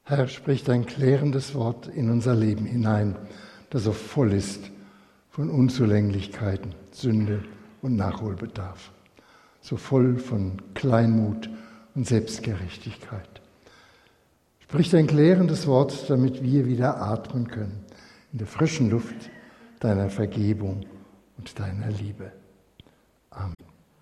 Herr, sprich dein klärendes Wort in unser Leben hinein, das so voll ist von Unzulänglichkeiten, Sünde und Nachholbedarf, so voll von Kleinmut und Selbstgerechtigkeit. Sprich dein klärendes Wort, damit wir wieder atmen können, in der frischen Luft deiner Vergebung und deiner Liebe. Amen.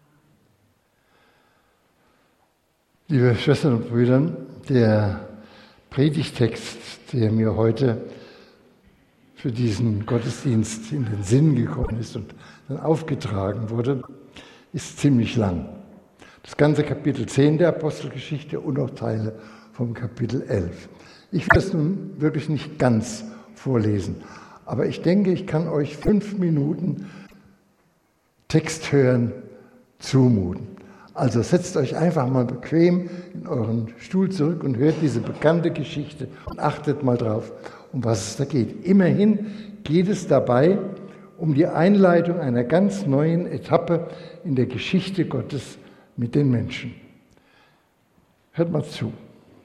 Liebe Schwestern und Brüder, der Predigtext, der mir heute für diesen Gottesdienst in den Sinn gekommen ist und dann aufgetragen wurde, ist ziemlich lang. Das ganze Kapitel 10 der Apostelgeschichte und auch Teile vom Kapitel 11. Ich will das nun wirklich nicht ganz vorlesen, aber ich denke, ich kann euch 5 Minuten Text hören zumuten. Also setzt euch einfach mal bequem in euren Stuhl zurück und hört diese bekannte Geschichte und achtet mal drauf, um was es da geht. Immerhin geht es dabei um die Einleitung einer ganz neuen Etappe in der Geschichte Gottes mit den Menschen. Hört mal zu.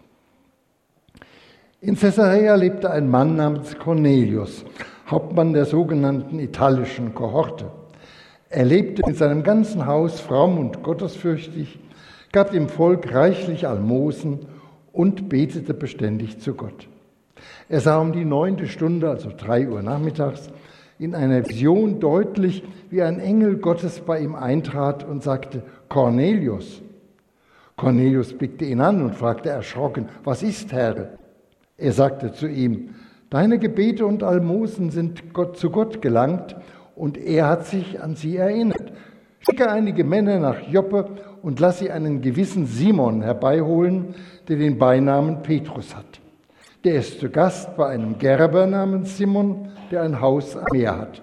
In Caesarea lebte ein Mann namens Cornelius, Hauptmann der sogenannten italischen Kohorte. Er lebte mit seinem ganzen Haus fromm und gottesfürchtig, gab dem Volk reichlich Almosen und betete beständig zu Gott. Er sah um die 9. Stunde, also 3 Uhr nachmittags, in einer Vision deutlich, wie ein Engel Gottes bei ihm eintrat und sagte: Cornelius. Cornelius blickte ihn an und fragte erschrocken: Was ist, Herr? Er sagte zu ihm: Deine Gebete und Almosen sind zu Gott gelangt, und er hat sich an sie erinnert. Schicke einige Männer nach Joppe und lass sie einen gewissen Simon herbeiholen, der den Beinamen Petrus hat. Der ist zu Gast bei einem Gerber namens Simon, der ein Haus am Meer hat.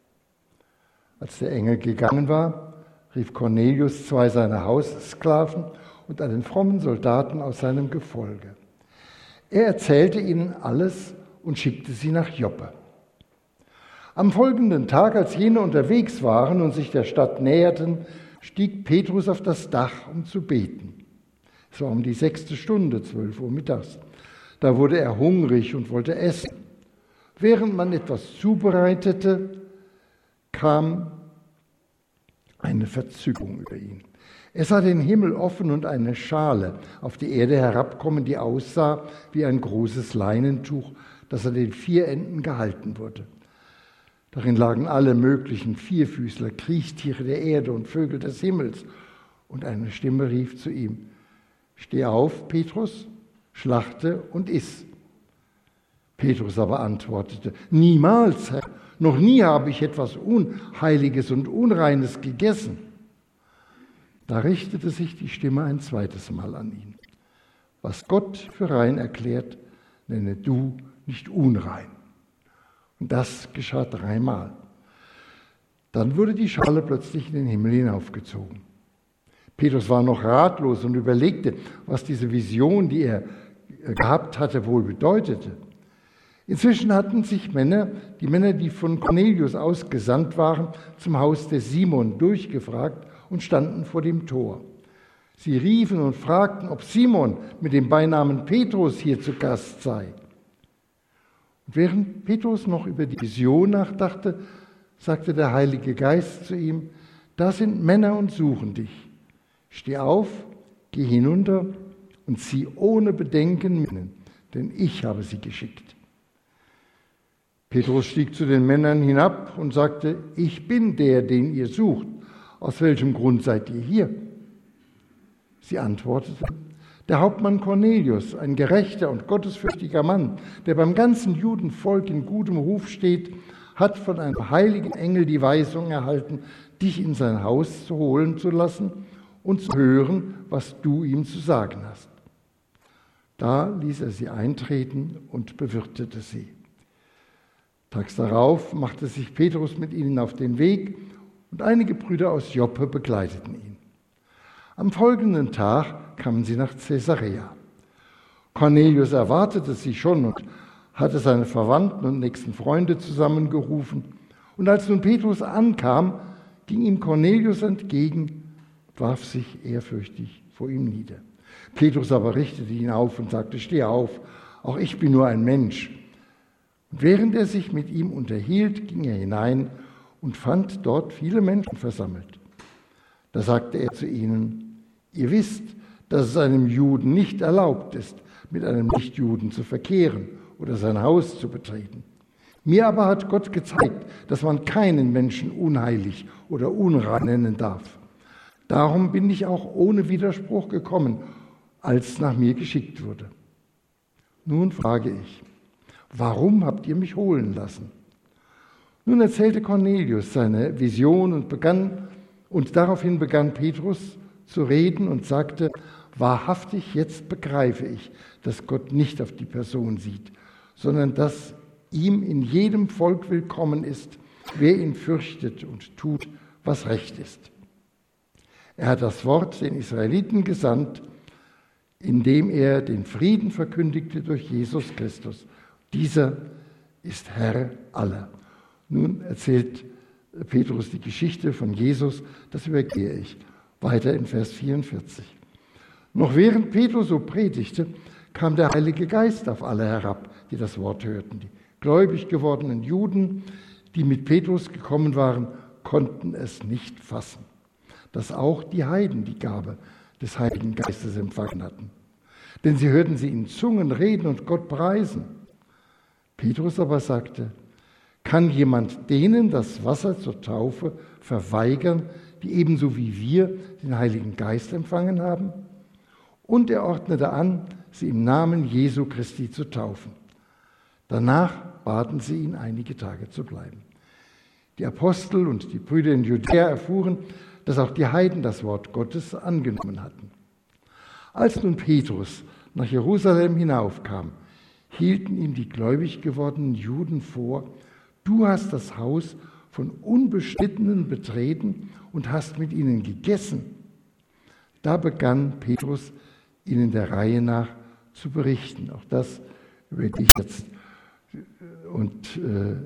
Als der Engel gegangen war, rief Cornelius 2 seiner Haussklaven und einen frommen Soldaten aus seinem Gefolge. Er erzählte ihnen alles und schickte sie nach Joppe. Am folgenden Tag, als jene unterwegs waren und sich der Stadt näherten, stieg Petrus auf das Dach, um zu beten. Es war um die 6. Stunde, 12 Uhr mittags. Da wurde er hungrig und wollte essen. Während man etwas zubereitete, kam eine Verzückung über ihn. Er sah den Himmel offen und eine Schale auf die Erde herabkommen, die aussah wie ein großes Leinentuch, das an den 4 Enden gehalten wurde. Darin lagen alle möglichen Vierfüßler, Kriechtiere der Erde und Vögel des Himmels. Und eine Stimme rief zu ihm: Steh auf, Petrus, schlachte und iss. Petrus aber antwortete: Niemals, Herr, noch nie habe ich etwas Unheiliges und Unreines gegessen. Da richtete sich die Stimme ein zweites Mal an ihn: Was Gott für rein erklärt, nenne du nicht unrein. Und das geschah 3 Mal. Dann wurde die Schale plötzlich in den Himmel hinaufgezogen. Petrus war noch ratlos und überlegte, was diese Vision, die er gehabt hatte, wohl bedeutete. Inzwischen hatten sich die Männer, die von Cornelius ausgesandt waren, zum Haus des Simon durchgefragt und standen vor dem Tor. Sie riefen und fragten, ob Simon mit dem Beinamen Petrus hier zu Gast sei. Und während Petrus noch über die Vision nachdachte, sagte der Heilige Geist zu ihm: Da sind Männer und suchen dich. Steh auf, geh hinunter und zieh ohne Bedenken mit, denn ich habe sie geschickt. Petrus stieg zu den Männern hinab und sagte: Ich bin der, den ihr sucht. Aus welchem Grund seid ihr hier? Sie antworteten: Der Hauptmann Cornelius, ein gerechter und gottesfürchtiger Mann, der beim ganzen Judenvolk in gutem Ruf steht, hat von einem heiligen Engel die Weisung erhalten, dich in sein Haus zu holen zu lassen und zu hören, was du ihm zu sagen hast. Da ließ er sie eintreten und bewirtete sie. Tags darauf machte sich Petrus mit ihnen auf den Weg und einige Brüder aus Joppe begleiteten ihn. Am folgenden Tag kamen sie nach Caesarea. Cornelius erwartete sie schon und hatte seine Verwandten und nächsten Freunde zusammengerufen. Und als nun Petrus ankam, ging ihm Cornelius entgegen und warf sich ehrfürchtig vor ihm nieder. Petrus aber richtete ihn auf und sagte: Steh auf, auch ich bin nur ein Mensch. Und während er sich mit ihm unterhielt, ging er hinein und fand dort viele Menschen versammelt. Da sagte er zu ihnen: Ihr wisst, dass es einem Juden nicht erlaubt ist, mit einem Nichtjuden zu verkehren oder sein Haus zu betreten. Mir aber hat Gott gezeigt, dass man keinen Menschen unheilig oder unrein nennen darf. Darum bin ich auch ohne Widerspruch gekommen, als nach mir geschickt wurde. Nun frage ich: Warum habt ihr mich holen lassen? Nun erzählte Cornelius seine Vision und daraufhin begann Petrus zu reden und sagte: Wahrhaftig, jetzt begreife ich, dass Gott nicht auf die Person sieht, sondern dass ihm in jedem Volk willkommen ist, wer ihn fürchtet und tut, was recht ist. Er hat das Wort den Israeliten gesandt, indem er den Frieden verkündigte durch Jesus Christus. Dieser ist Herr aller. Nun erzählt Petrus die Geschichte von Jesus, das übergehe ich. Weiter in Vers 44. Noch während Petrus so predigte, kam der Heilige Geist auf alle herab, die das Wort hörten. Die gläubig gewordenen Juden, die mit Petrus gekommen waren, konnten es nicht fassen, dass auch die Heiden die Gabe des Heiligen Geistes empfangen hatten. Denn sie hörten sie in Zungen reden und Gott preisen. Petrus aber sagte: Kann jemand denen das Wasser zur Taufe verweigern, die ebenso wie wir den Heiligen Geist empfangen haben? Und er ordnete an, sie im Namen Jesu Christi zu taufen. Danach baten sie ihn, einige Tage zu bleiben. Die Apostel und die Brüder in Judäa erfuhren, dass auch die Heiden das Wort Gottes angenommen hatten. Als nun Petrus nach Jerusalem hinaufkam, hielten ihm die gläubig gewordenen Juden vor: Du hast das Haus von Unbeschnittenen betreten und hast mit ihnen gegessen. Da begann Petrus, ihnen der Reihe nach zu berichten. Auch das übergehe ich jetzt. Und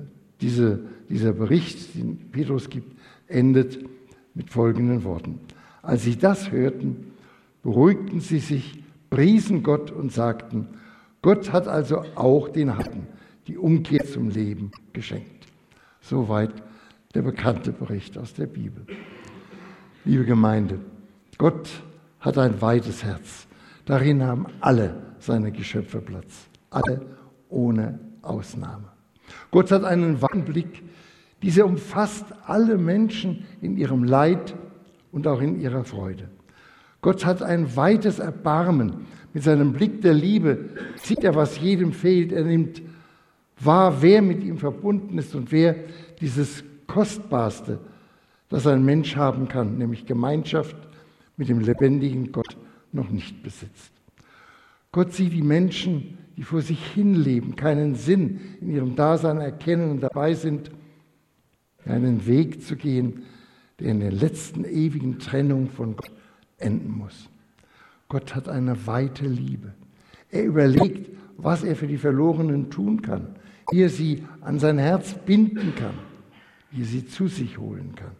dieser Bericht, den Petrus gibt, endet mit folgenden Worten: Als sie das hörten, beruhigten sie sich, priesen Gott und sagten: Gott hat also auch den Heiden die Umkehr zum Leben geschenkt. Soweit der bekannte Bericht aus der Bibel. Liebe Gemeinde, Gott hat ein weites Herz. Darin haben alle seine Geschöpfe Platz. Alle ohne Ausnahme. Gott hat einen weiten Blick. Dieser umfasst alle Menschen in ihrem Leid und auch in ihrer Freude. Gott hat ein weites Erbarmen. Mit seinem Blick der Liebe sieht er, was jedem fehlt. Er nimmt wahr, wer mit ihm verbunden ist und wer dieses Kostbarste, das ein Mensch haben kann, nämlich Gemeinschaft mit dem lebendigen Gott, noch nicht besitzt. Gott sieht die Menschen, die vor sich hinleben, keinen Sinn in ihrem Dasein erkennen und dabei sind, einen Weg zu gehen, der in der letzten ewigen Trennung von Gott enden muss. Gott hat eine weite Liebe. Er überlegt, was er für die Verlorenen tun kann, wie er sie an sein Herz binden kann, wie er sie zu sich holen kann.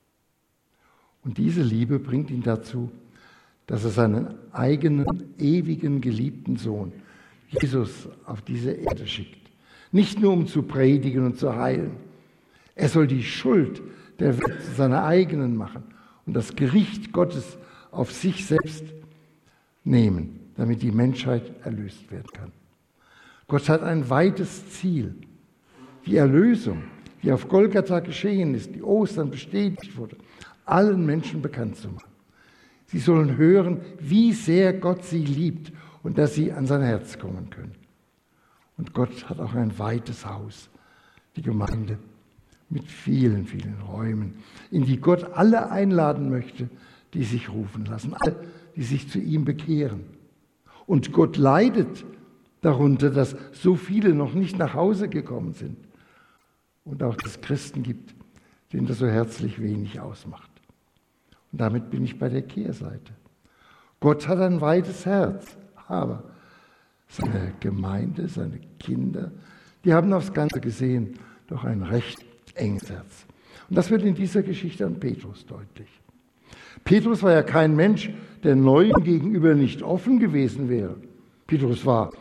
Und diese Liebe bringt ihn dazu, dass er seinen eigenen, ewigen, geliebten Sohn, Jesus, auf diese Erde schickt. Nicht nur, um zu predigen und zu heilen. Er soll die Schuld der Welt zu seiner eigenen machen und das Gericht Gottes auf sich selbst nehmen, damit die Menschheit erlöst werden kann. Gott hat ein weites Ziel. Die Erlösung, die auf Golgatha geschehen ist, die Ostern bestätigt wurde, allen Menschen bekannt zu machen. Sie sollen hören, wie sehr Gott sie liebt und dass sie an sein Herz kommen können. Und Gott hat auch ein weites Haus, die Gemeinde, mit vielen, vielen Räumen, in die Gott alle einladen möchte, die sich rufen lassen, alle, die sich zu ihm bekehren. Und Gott leidet darunter, dass so viele noch nicht nach Hause gekommen sind. Und auch dass es Christen gibt, denen das so herzlich wenig ausmacht. Und damit bin ich bei der Kehrseite. Gott hat ein weites Herz, aber seine Gemeinde, seine Kinder, die haben aufs Ganze gesehen doch ein recht enges Herz. Und das wird in dieser Geschichte an Petrus deutlich. Petrus war ja kein Mensch, der Neuen gegenüber nicht offen gewesen wäre. Petrus war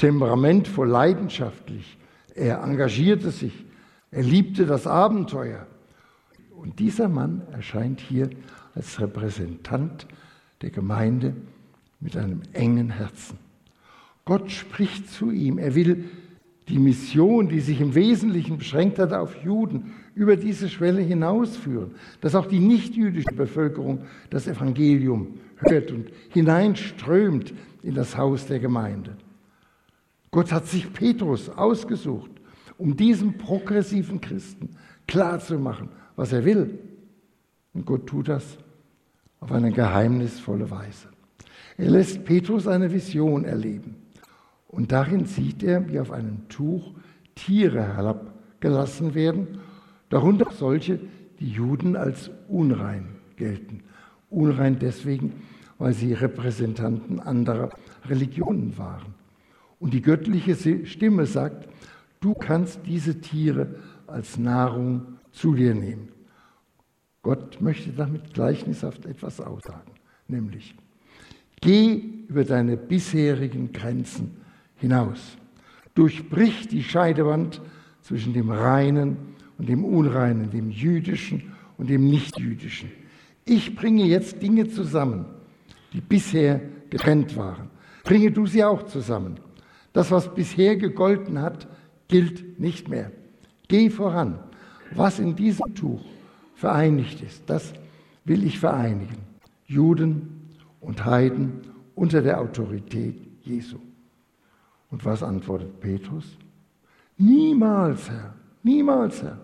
temperamentvoll, leidenschaftlich. Er engagierte sich, er liebte das Abenteuer. Und dieser Mann erscheint hier als Repräsentant der Gemeinde mit einem engen Herzen. Gott spricht zu ihm. Er will die Mission, die sich im Wesentlichen beschränkt hat auf Juden, über diese Schwelle hinausführen, dass auch die nichtjüdische Bevölkerung das Evangelium hört und hineinströmt in das Haus der Gemeinde. Gott hat sich Petrus ausgesucht, um diesem progressiven Christen klarzumachen, was er will. Und Gott tut das auf eine geheimnisvolle Weise. Er lässt Petrus eine Vision erleben. Und darin sieht er, wie auf einem Tuch Tiere herabgelassen werden, darunter solche, die Juden als unrein gelten. Unrein deswegen, weil sie Repräsentanten anderer Religionen waren. Und die göttliche Stimme sagt, du kannst diese Tiere als Nahrung zu dir nehmen. Gott möchte damit gleichnishaft etwas aussagen, nämlich geh über deine bisherigen Grenzen hinaus. Durchbrich die Scheidewand zwischen dem Reinen und dem Unreinen, dem Jüdischen und dem Nichtjüdischen. Ich bringe jetzt Dinge zusammen, die bisher getrennt waren. Bringe du sie auch zusammen. Das, was bisher gegolten hat, gilt nicht mehr. Geh voran. Was in diesem Tuch vereinigt ist, das will ich vereinigen. Juden und Heiden unter der Autorität Jesu. Und was antwortet Petrus? Niemals, Herr, niemals, Herr.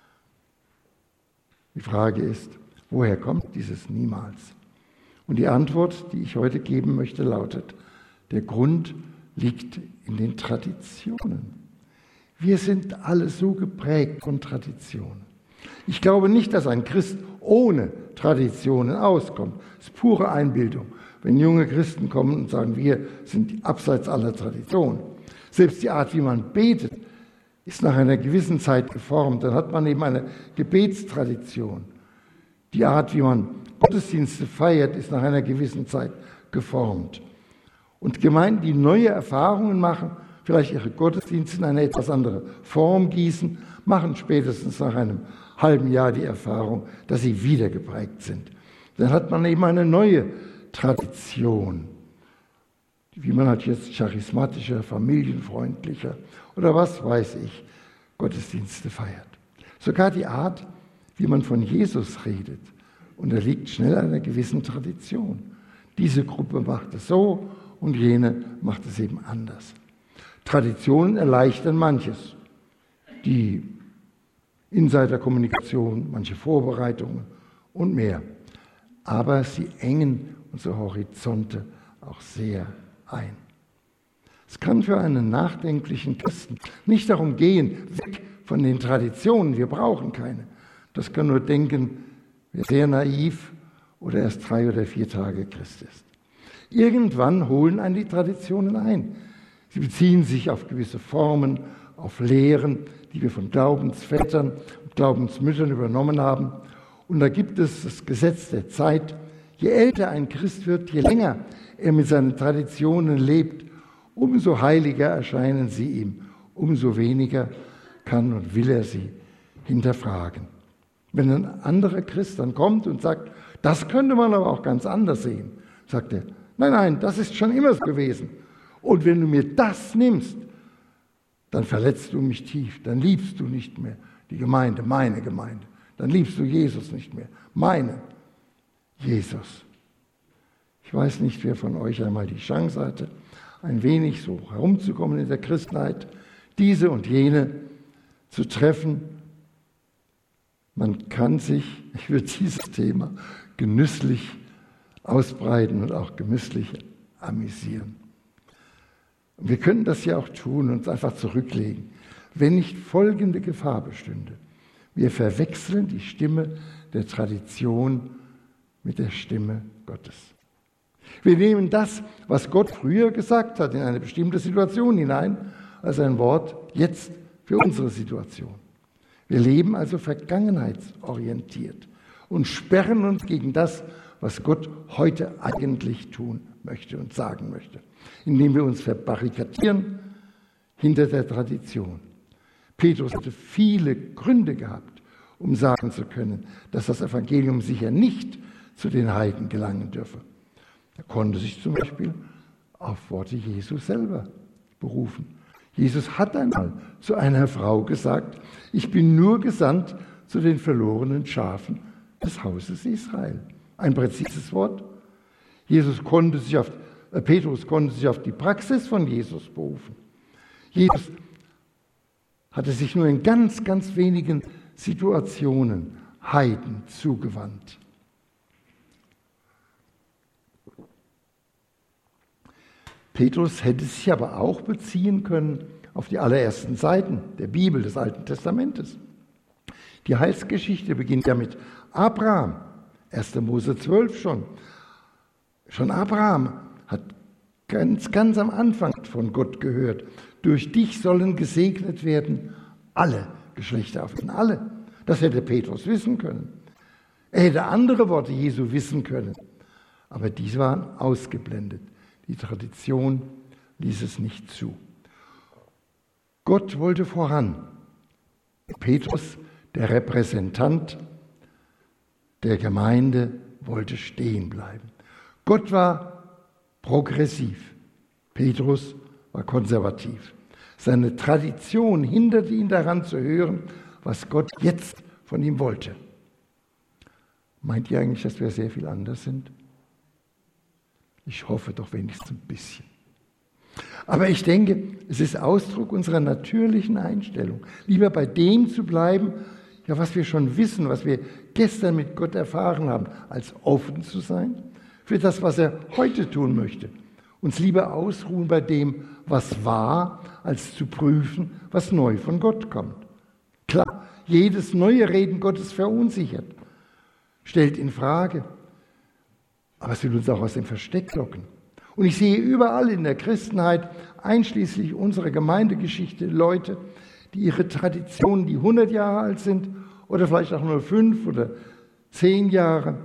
Die Frage ist, woher kommt dieses Niemals? Und die Antwort, die ich heute geben möchte, lautet, der Grund liegt in den Traditionen. Wir sind alle so geprägt von Traditionen. Ich glaube nicht, dass ein Christ ohne Traditionen auskommt. Das ist pure Einbildung. Wenn junge Christen kommen und sagen, wir sind abseits aller Tradition. Selbst die Art, wie man betet, ist nach einer gewissen Zeit geformt. Dann hat man eben eine Gebetstradition. Die Art, wie man Gottesdienste feiert, ist nach einer gewissen Zeit geformt. Und Gemeinden, die neue Erfahrungen machen, vielleicht ihre Gottesdienste in eine etwas andere Form gießen, machen spätestens nach einem halben Jahr die Erfahrung, dass sie wieder geprägt sind. Dann hat man eben eine neue Tradition, wie man halt jetzt charismatischer, familienfreundlicher oder was weiß ich, Gottesdienste feiert. Sogar die Art, wie man von Jesus redet, unterliegt schnell einer gewissen Tradition. Diese Gruppe macht es so und jene macht es eben anders. Traditionen erleichtern manches. Die Insiderkommunikation, manche Vorbereitungen und mehr. Aber sie engen unsere Horizonte auch sehr ein. Es kann für einen nachdenklichen Christen nicht darum gehen, weg von den Traditionen, wir brauchen keine. Das kann nur denken, wer sehr naiv oder erst 3 oder 4 Tage Christ ist. Irgendwann holen einen die Traditionen ein. Sie beziehen sich auf gewisse Formen, auf Lehren, die wir von Glaubensvätern und Glaubensmüttern übernommen haben. Und da gibt es das Gesetz der Zeit. Je älter ein Christ wird, je länger er mit seinen Traditionen lebt, umso heiliger erscheinen sie ihm, umso weniger kann und will er sie hinterfragen. Wenn ein anderer Christ dann kommt und sagt, das könnte man aber auch ganz anders sehen, sagt er, nein, das ist schon immer so gewesen. Und wenn du mir das nimmst, dann verletzt du mich tief, dann liebst du nicht mehr die Gemeinde, meine Gemeinde. Dann liebst du Jesus nicht mehr, meine Jesus. Ich weiß nicht, wer von euch einmal die Chance hatte, ein wenig so herumzukommen in der Christenheit, diese und jene zu treffen. Man kann sich über dieses Thema genüsslich ausbreiten und auch genüsslich amüsieren. Und wir können das ja auch tun und uns einfach zurücklegen, wenn nicht folgende Gefahr bestünde. Wir verwechseln die Stimme der Tradition mit der Stimme Gottes. Wir nehmen das, was Gott früher gesagt hat, in eine bestimmte Situation hinein, als ein Wort jetzt für unsere Situation. Wir leben also vergangenheitsorientiert und sperren uns gegen das, was Gott heute eigentlich tun möchte und sagen möchte. indem wir uns verbarrikadieren hinter der Tradition. Petrus hatte viele Gründe gehabt, um sagen zu können, dass das Evangelium sicher nicht zu den Heiden gelangen dürfe. Er konnte sich zum Beispiel auf Worte Jesu selber berufen. Jesus hat einmal zu einer Frau gesagt, ich bin nur gesandt zu den verlorenen Schafen des Hauses Israel. Ein präzises Wort. Petrus konnte sich auf die Praxis von Jesus berufen. Jesus hatte sich nur in ganz, ganz wenigen Situationen Heiden zugewandt. Petrus hätte sich aber auch beziehen können auf die allerersten Seiten der Bibel, des Alten Testamentes. Die Heilsgeschichte beginnt ja mit Abraham, 1. Mose 12 schon. Schon Abraham hat ganz am Anfang von Gott gehört, durch dich sollen gesegnet werden alle Geschlechter auf Erden, alle. Das hätte Petrus wissen können. Er hätte andere Worte Jesu wissen können, aber diese waren ausgeblendet. Die Tradition ließ es nicht zu. Gott wollte voran. Petrus, der Repräsentant der Gemeinde, wollte stehen bleiben. Gott war progressiv. Petrus war konservativ. Seine Tradition hinderte ihn daran zu hören, was Gott jetzt von ihm wollte. Meint ihr eigentlich, dass wir sehr viel anders sind? Ich hoffe doch wenigstens ein bisschen. Aber ich denke, es ist Ausdruck unserer natürlichen Einstellung, lieber bei dem zu bleiben, ja, was wir schon wissen, was wir gestern mit Gott erfahren haben, als offen zu sein für das, was er heute tun möchte. Uns lieber ausruhen bei dem, was war, als zu prüfen, was neu von Gott kommt. Klar, jedes neue Reden Gottes verunsichert, stellt in Frage, aber es will uns auch aus dem Versteck locken. Und ich sehe überall in der Christenheit, einschließlich unserer Gemeindegeschichte, Leute, die ihre Traditionen, die 100 Jahre alt sind oder vielleicht auch nur 5 oder 10 Jahre,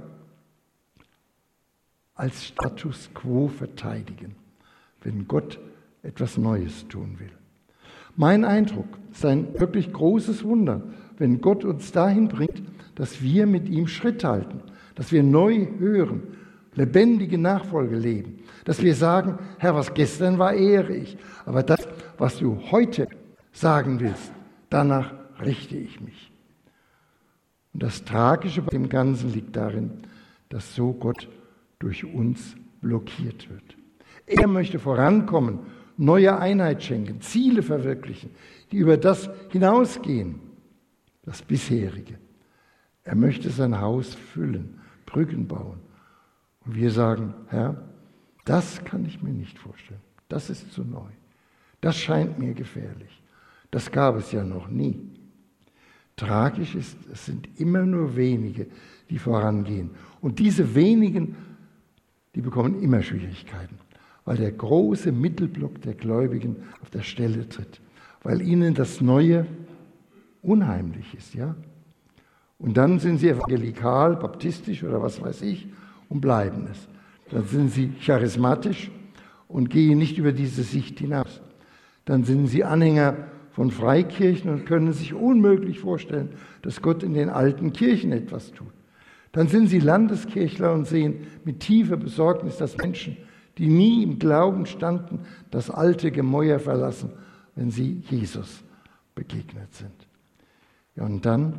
als Status quo verteidigen, wenn Gott etwas Neues tun will. Mein Eindruck ist ein wirklich großes Wunder, wenn Gott uns dahin bringt, dass wir mit ihm Schritt halten, dass wir neu hören, lebendige Nachfolge leben, dass wir sagen, Herr, was gestern war, ehre ich, aber das, was du heute sagen willst, danach richte ich mich. Und das Tragische bei dem Ganzen liegt darin, dass so Gott durch uns blockiert wird. Er möchte vorankommen, neue Einheit schenken, Ziele verwirklichen, die über das hinausgehen, das bisherige. Er möchte sein Haus füllen, Brücken bauen. Und wir sagen, Herr, das kann ich mir nicht vorstellen. Das ist zu neu. Das scheint mir gefährlich. Das gab es ja noch nie. Tragisch ist, es sind immer nur wenige, die vorangehen. Und diese wenigen, die bekommen immer Schwierigkeiten, weil der große Mittelblock der Gläubigen auf der Stelle tritt, weil ihnen das Neue unheimlich ist, ja? Und dann sind sie evangelikal, baptistisch oder was weiß ich und bleiben es. Dann sind sie charismatisch und gehen nicht über diese Sicht hinaus. Dann sind sie Anhänger von Freikirchen und können sich unmöglich vorstellen, dass Gott in den alten Kirchen etwas tut. Dann sind sie Landeskirchler und sehen mit tiefer Besorgnis, dass Menschen, die nie im Glauben standen, das alte Gemäuer verlassen, wenn sie Jesus begegnet sind. Ja, und dann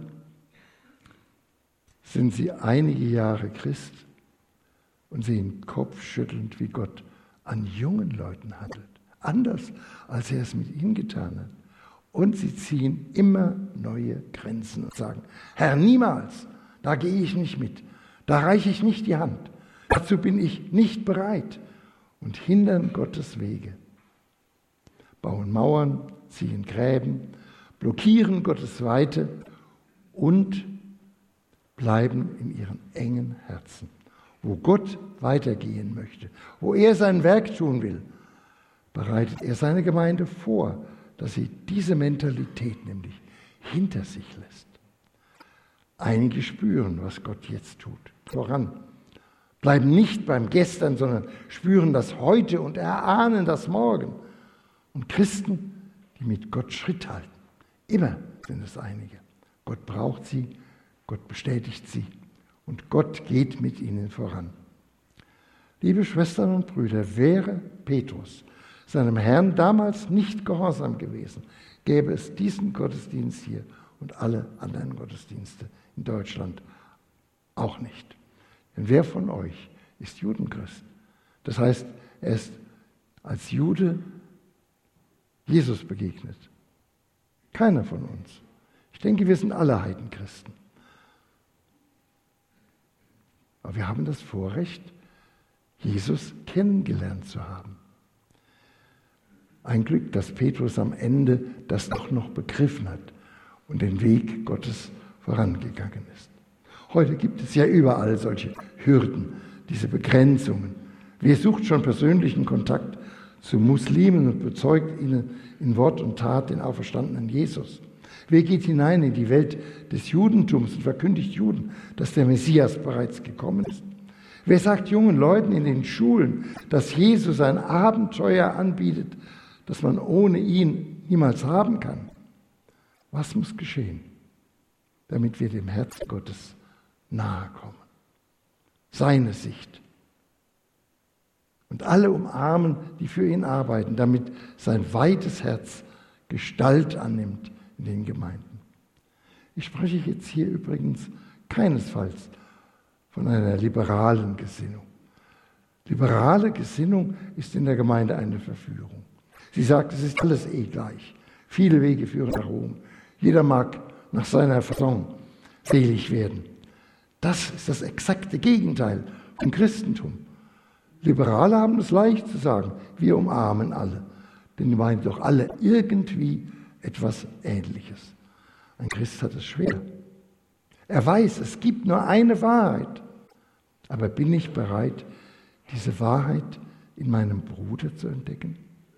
sind sie einige Jahre Christ und sehen kopfschüttelnd, wie Gott an jungen Leuten handelt. Anders, als er es mit ihnen getan hat. Und sie ziehen immer neue Grenzen und sagen, Herr, niemals, da gehe ich nicht mit, da reiche ich nicht die Hand, dazu bin ich nicht bereit und hindern Gottes Wege. Bauen Mauern, ziehen Gräben, blockieren Gottes Weite und bleiben in ihren engen Herzen. Wo Gott weitergehen möchte, wo er sein Werk tun will, bereitet er seine Gemeinde vor, dass sie diese Mentalität nämlich hinter sich lässt. Einige spüren, was Gott jetzt tut. Voran. bleiben nicht beim Gestern, sondern spüren das Heute und erahnen das Morgen. Und Christen, die mit Gott Schritt halten. Immer sind es einige. Gott braucht sie, Gott bestätigt sie und Gott geht mit ihnen voran. Liebe Schwestern und Brüder, wäre Petrus seinem Herrn damals nicht gehorsam gewesen, gäbe es diesen Gottesdienst hier und alle anderen Gottesdienste in Deutschland auch nicht. Denn wer von euch ist Judenchrist? Das heißt, er ist als Jude Jesus begegnet. Keiner von uns. Ich denke, wir sind alle Heidenchristen. Aber wir haben das Vorrecht, Jesus kennengelernt zu haben. Ein Glück, dass Petrus am Ende das doch noch begriffen hat und den Weg Gottes vorangegangen ist. Heute gibt es ja überall solche Hürden, diese Begrenzungen. Wer sucht schon persönlichen Kontakt zu Muslimen und bezeugt ihnen in Wort und Tat den auferstandenen Jesus? Wer geht hinein in die Welt des Judentums und verkündigt Juden, dass der Messias bereits gekommen ist? Wer sagt jungen Leuten in den Schulen, dass Jesus ein Abenteuer anbietet, das man ohne ihn niemals haben kann? Was muss geschehen, damit wir dem Herz Gottes nahe kommen? Seine Sicht. Und alle umarmen, die für ihn arbeiten, damit sein weites Herz Gestalt annimmt in den Gemeinden. Ich spreche jetzt hier übrigens keinesfalls von einer liberalen Gesinnung. Liberale Gesinnung ist in der Gemeinde eine Verführung. Sie sagt, es ist alles gleich. Viele Wege führen nach Rom. Jeder mag nach seiner Fasson selig werden. Das ist das exakte Gegenteil vom Christentum. Liberale haben es leicht zu sagen, wir umarmen alle. Denn die meinen doch alle irgendwie etwas Ähnliches. Ein Christ hat es schwer. Er weiß, es gibt nur eine Wahrheit. Aber bin ich bereit, diese Wahrheit in meinem Bruder zu entdecken?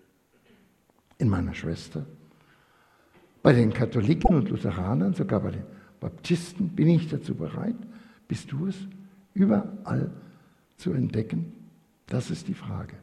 In meiner Schwester? Bei den Katholiken und Lutheranern, sogar bei den Baptisten, bin ich dazu bereit? Bist du es, überall zu entdecken? Das ist die Frage.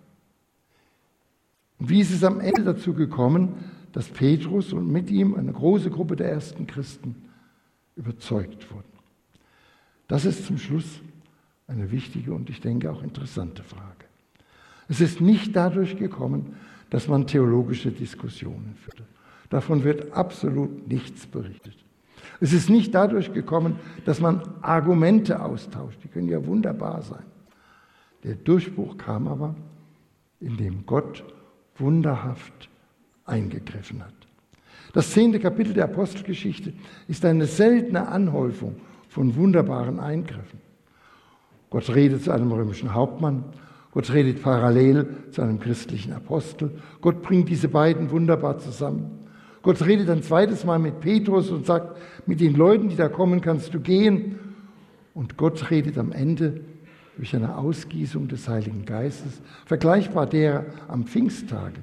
Und wie ist es am Ende dazu gekommen, dass Petrus und mit ihm eine große Gruppe der ersten Christen überzeugt wurden? Das ist zum Schluss eine wichtige und ich denke auch interessante Frage. Es ist nicht dadurch gekommen, dass man theologische Diskussionen führte. Davon wird absolut nichts berichtet. Es ist nicht dadurch gekommen, dass man Argumente austauscht. Die können ja wunderbar sein. Der Durchbruch kam aber, indem Gott wunderhaft eingegriffen hat. Das 10. Kapitel der Apostelgeschichte ist eine seltene Anhäufung von wunderbaren Eingriffen. Gott redet zu einem römischen Hauptmann, Gott redet parallel zu einem christlichen Apostel, Gott bringt diese beiden wunderbar zusammen. Gott redet ein zweites Mal mit Petrus und sagt, mit den Leuten, die da kommen, kannst du gehen. Und Gott redet am Ende durch eine Ausgießung des Heiligen Geistes, vergleichbar der am Pfingsttage.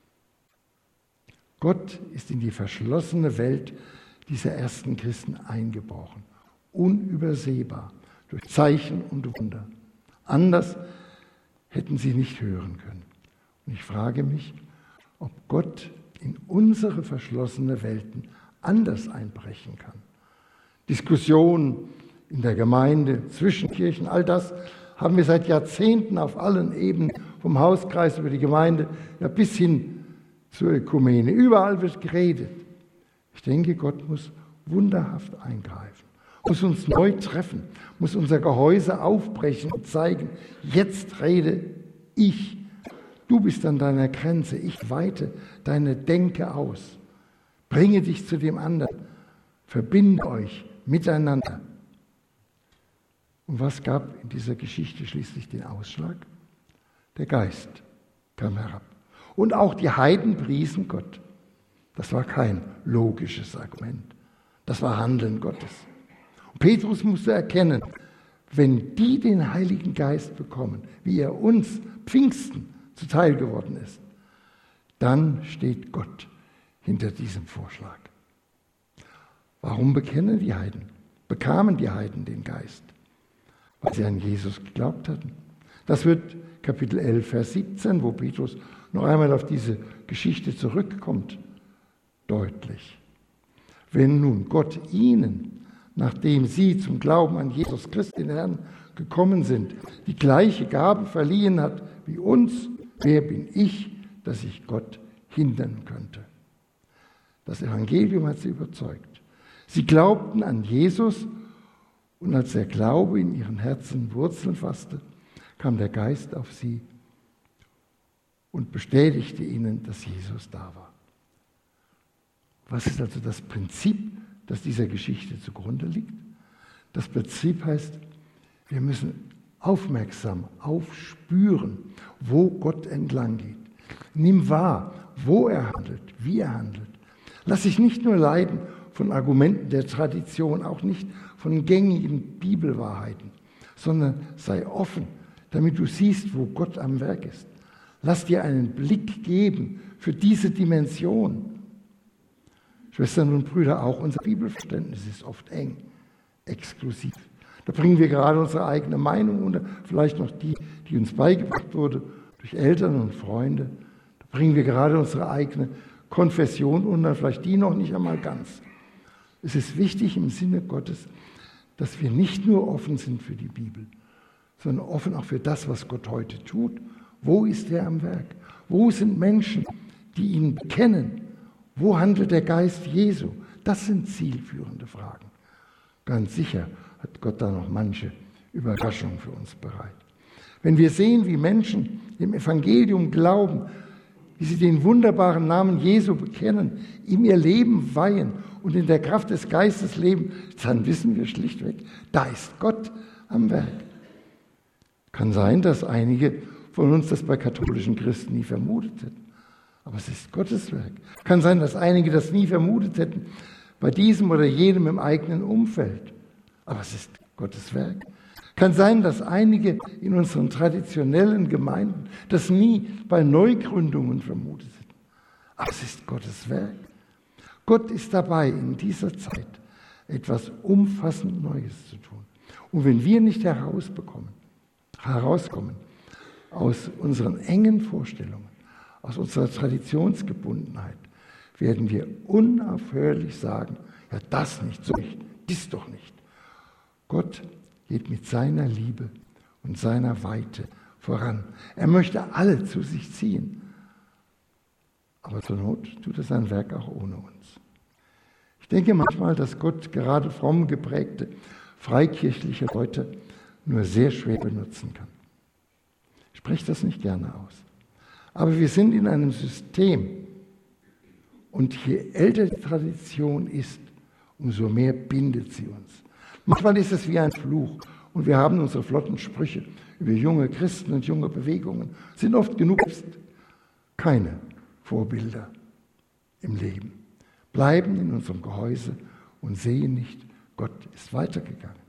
Gott ist in die verschlossene Welt dieser ersten Christen eingebrochen, unübersehbar, durch Zeichen und Wunder. Anders hätten sie nicht hören können. Und ich frage mich, ob Gott in unsere verschlossene Welten anders einbrechen kann. Diskussionen in der Gemeinde, zwischen Kirchen, all das haben wir seit Jahrzehnten auf allen Ebenen, vom Hauskreis über die Gemeinde ja, bis hin zur Ökumene. Überall wird geredet. Ich denke, Gott muss wunderhaft eingreifen, muss uns neu treffen, muss unser Gehäuse aufbrechen und zeigen, jetzt rede ich. Du bist an deiner Grenze, ich weite deine Denke aus. Bringe dich zu dem anderen, verbinde euch miteinander. Und was gab in dieser Geschichte schließlich den Ausschlag? Der Geist kam herab. Und auch die Heiden priesen Gott. Das war kein logisches Argument. Das war Handeln Gottes. Und Petrus musste erkennen, wenn die den Heiligen Geist bekommen, wie er uns Pfingsten zuteil geworden ist, dann steht Gott hinter diesem Vorschlag. Warum bekamen die Heiden den Geist? weil sie an Jesus geglaubt hatten. Das wird Kapitel 11, Vers 17, wo Petrus noch einmal auf diese Geschichte zurückkommt, deutlich. Wenn nun Gott ihnen, nachdem sie zum Glauben an Jesus Christus, den Herrn, gekommen sind, die gleiche Gabe verliehen hat wie uns, wer bin ich, dass ich Gott hindern könnte? Das Evangelium hat sie überzeugt. Sie glaubten an Jesus und als der Glaube in ihren Herzen Wurzeln fasste, kam der Geist auf sie und bestätigte ihnen, dass Jesus da war. Was ist also das Prinzip, das dieser Geschichte zugrunde liegt? Das Prinzip heißt, wir müssen aufmerksam aufspüren, wo Gott entlang geht. Nimm wahr, wo er handelt, wie er handelt. Lass dich nicht nur leiten von Argumenten der Tradition, auch nicht von gängigen Bibelwahrheiten, sondern sei offen, damit du siehst, wo Gott am Werk ist. Lass dir einen Blick geben für diese Dimension. Schwestern und Brüder, auch unser Bibelverständnis ist oft eng, exklusiv. Da bringen wir gerade unsere eigene Meinung unter, vielleicht noch die uns beigebracht wurde durch Eltern und Freunde. Da bringen wir gerade unsere eigene Konfession unter, vielleicht die noch nicht einmal ganz. Es ist wichtig im Sinne Gottes, dass wir nicht nur offen sind für die Bibel, sondern offen auch für das, was Gott heute tut. Wo ist er am Werk? Wo sind Menschen, die ihn bekennen? Wo handelt der Geist Jesu? Das sind zielführende Fragen. Ganz sicher hat Gott da noch manche Überraschung für uns bereit. Wenn wir sehen, wie Menschen dem Evangelium glauben, wie sie den wunderbaren Namen Jesu bekennen, ihm ihr Leben weihen und in der Kraft des Geistes leben, dann wissen wir schlichtweg, da ist Gott am Werk. Kann sein, dass einige von uns das bei katholischen Christen nie vermutet hätten. Aber es ist Gottes Werk. Kann sein, dass einige das nie vermutet hätten bei diesem oder jenem im eigenen Umfeld. Aber es ist Gottes Werk. Kann sein, dass einige in unseren traditionellen Gemeinden das nie bei Neugründungen vermutet hätten. Aber es ist Gottes Werk. Gott ist dabei, in dieser Zeit etwas umfassend Neues zu tun. Und wenn wir nicht herauskommen aus unseren engen Vorstellungen, aus unserer Traditionsgebundenheit, werden wir unaufhörlich sagen, ja das nicht, so nicht, dies doch nicht. Gott geht mit seiner Liebe und seiner Weite voran. Er möchte alle zu sich ziehen. Aber zur Not tut er sein Werk auch ohne uns. Ich denke manchmal, dass Gott gerade fromm geprägte, freikirchliche Leute nur sehr schwer benutzen kann. Ich spreche das nicht gerne aus. Aber wir sind in einem System und je älter die Tradition ist, umso mehr bindet sie uns. Manchmal ist es wie ein Fluch und wir haben unsere flotten Sprüche über junge Christen und junge Bewegungen, sind oft genug keine Vorbilder im Leben, bleiben in unserem Gehäuse und sehen nicht, Gott ist weitergegangen.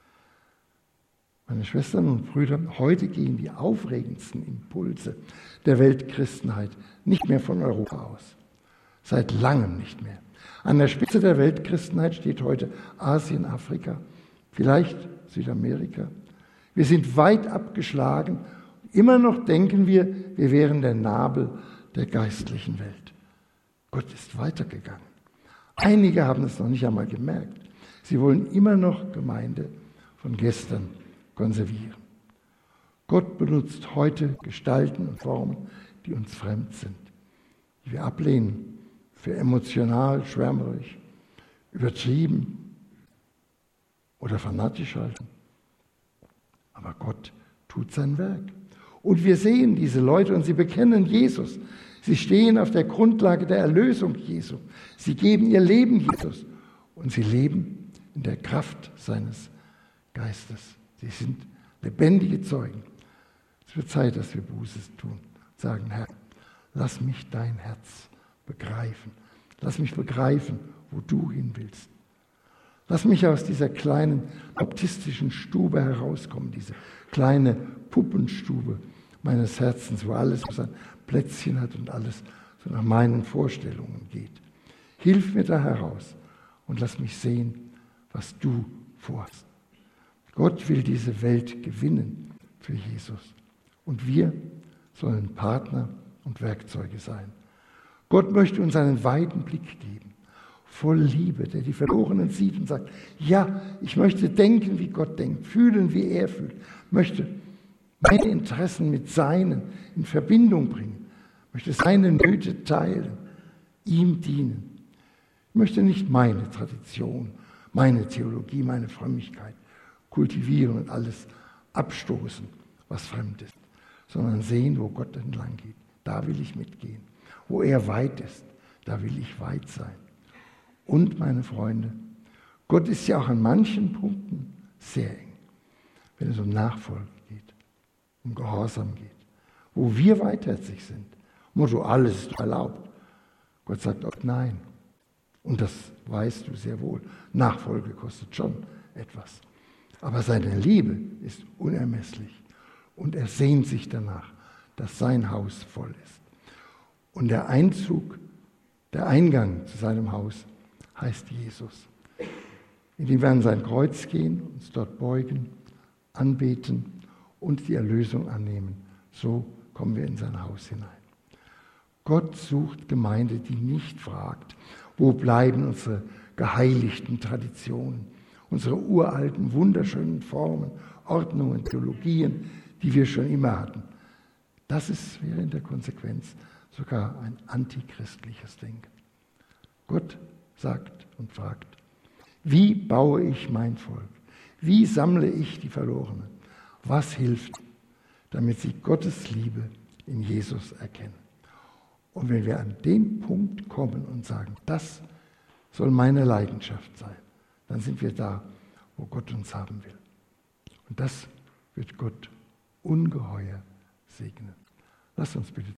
Meine Schwestern und Brüder, heute gehen die aufregendsten Impulse der Weltchristenheit nicht mehr von Europa aus. Seit langem nicht mehr. An der Spitze der Weltchristenheit steht heute Asien, Afrika, vielleicht Südamerika. Wir sind weit abgeschlagen. Immer noch denken wir, wir wären der Nabel der geistlichen Welt. Gott ist weitergegangen. Einige haben es noch nicht einmal gemerkt. Sie wollen immer noch Gemeinde von gestern konservieren. Gott benutzt heute Gestalten und Formen, die uns fremd sind, die wir ablehnen, für emotional, schwärmerisch, übertrieben oder fanatisch halten. Aber Gott tut sein Werk. Und wir sehen diese Leute und sie bekennen Jesus. Sie stehen auf der Grundlage der Erlösung Jesu. Sie geben ihr Leben Jesus und sie leben in der Kraft seines Geistes. Sie sind lebendige Zeugen. Es wird Zeit, dass wir Buße tun und sagen, Herr, lass mich dein Herz begreifen. Lass mich begreifen, wo du hin willst. Lass mich aus dieser kleinen baptistischen Stube herauskommen, diese kleine Puppenstube meines Herzens, wo alles so sein Plätzchen hat und alles so nach meinen Vorstellungen geht. Hilf mir da heraus und lass mich sehen, was du vorhast. Gott will diese Welt gewinnen für Jesus. Und wir sollen Partner und Werkzeuge sein. Gott möchte uns einen weiten Blick geben, voll Liebe, der die Verlorenen sieht und sagt, ja, ich möchte denken, wie Gott denkt, fühlen, wie er fühlt, möchte meine Interessen mit seinen in Verbindung bringen, möchte seine Nöte teilen, ihm dienen. Ich möchte nicht meine Tradition, meine Theologie, meine Frömmigkeit kultivieren und alles abstoßen, was fremd ist, sondern sehen, wo Gott entlang geht. Da will ich mitgehen. Wo er weit ist, da will ich weit sein. Und, meine Freunde, Gott ist ja auch an manchen Punkten sehr eng, wenn es um Nachfolge geht, um Gehorsam geht, wo wir weitherzig sind. Motto, alles ist erlaubt. Gott sagt oft nein. Und das weißt du sehr wohl. Nachfolge kostet schon etwas. Aber seine Liebe ist unermesslich. Und er sehnt sich danach, dass sein Haus voll ist. Und der Eingang zu seinem Haus heißt Jesus. Wir werden sein Kreuz gehen, uns dort beugen, anbeten und die Erlösung annehmen. So kommen wir in sein Haus hinein. Gott sucht Gemeinde, die nicht fragt, wo bleiben unsere geheiligten Traditionen, unsere uralten, wunderschönen Formen, Ordnungen, Theologien, die wir schon immer hatten. Das wäre in der Konsequenz sogar ein antichristliches Denken. Gott sagt und fragt, wie baue ich mein Volk? Wie sammle ich die Verlorenen? Was hilft, damit sie Gottes Liebe in Jesus erkennen? Und wenn wir an den Punkt kommen und sagen, das soll meine Leidenschaft sein, dann sind wir da, wo Gott uns haben will. Und das wird Gott ungeheuer segnen. Lasst uns bitte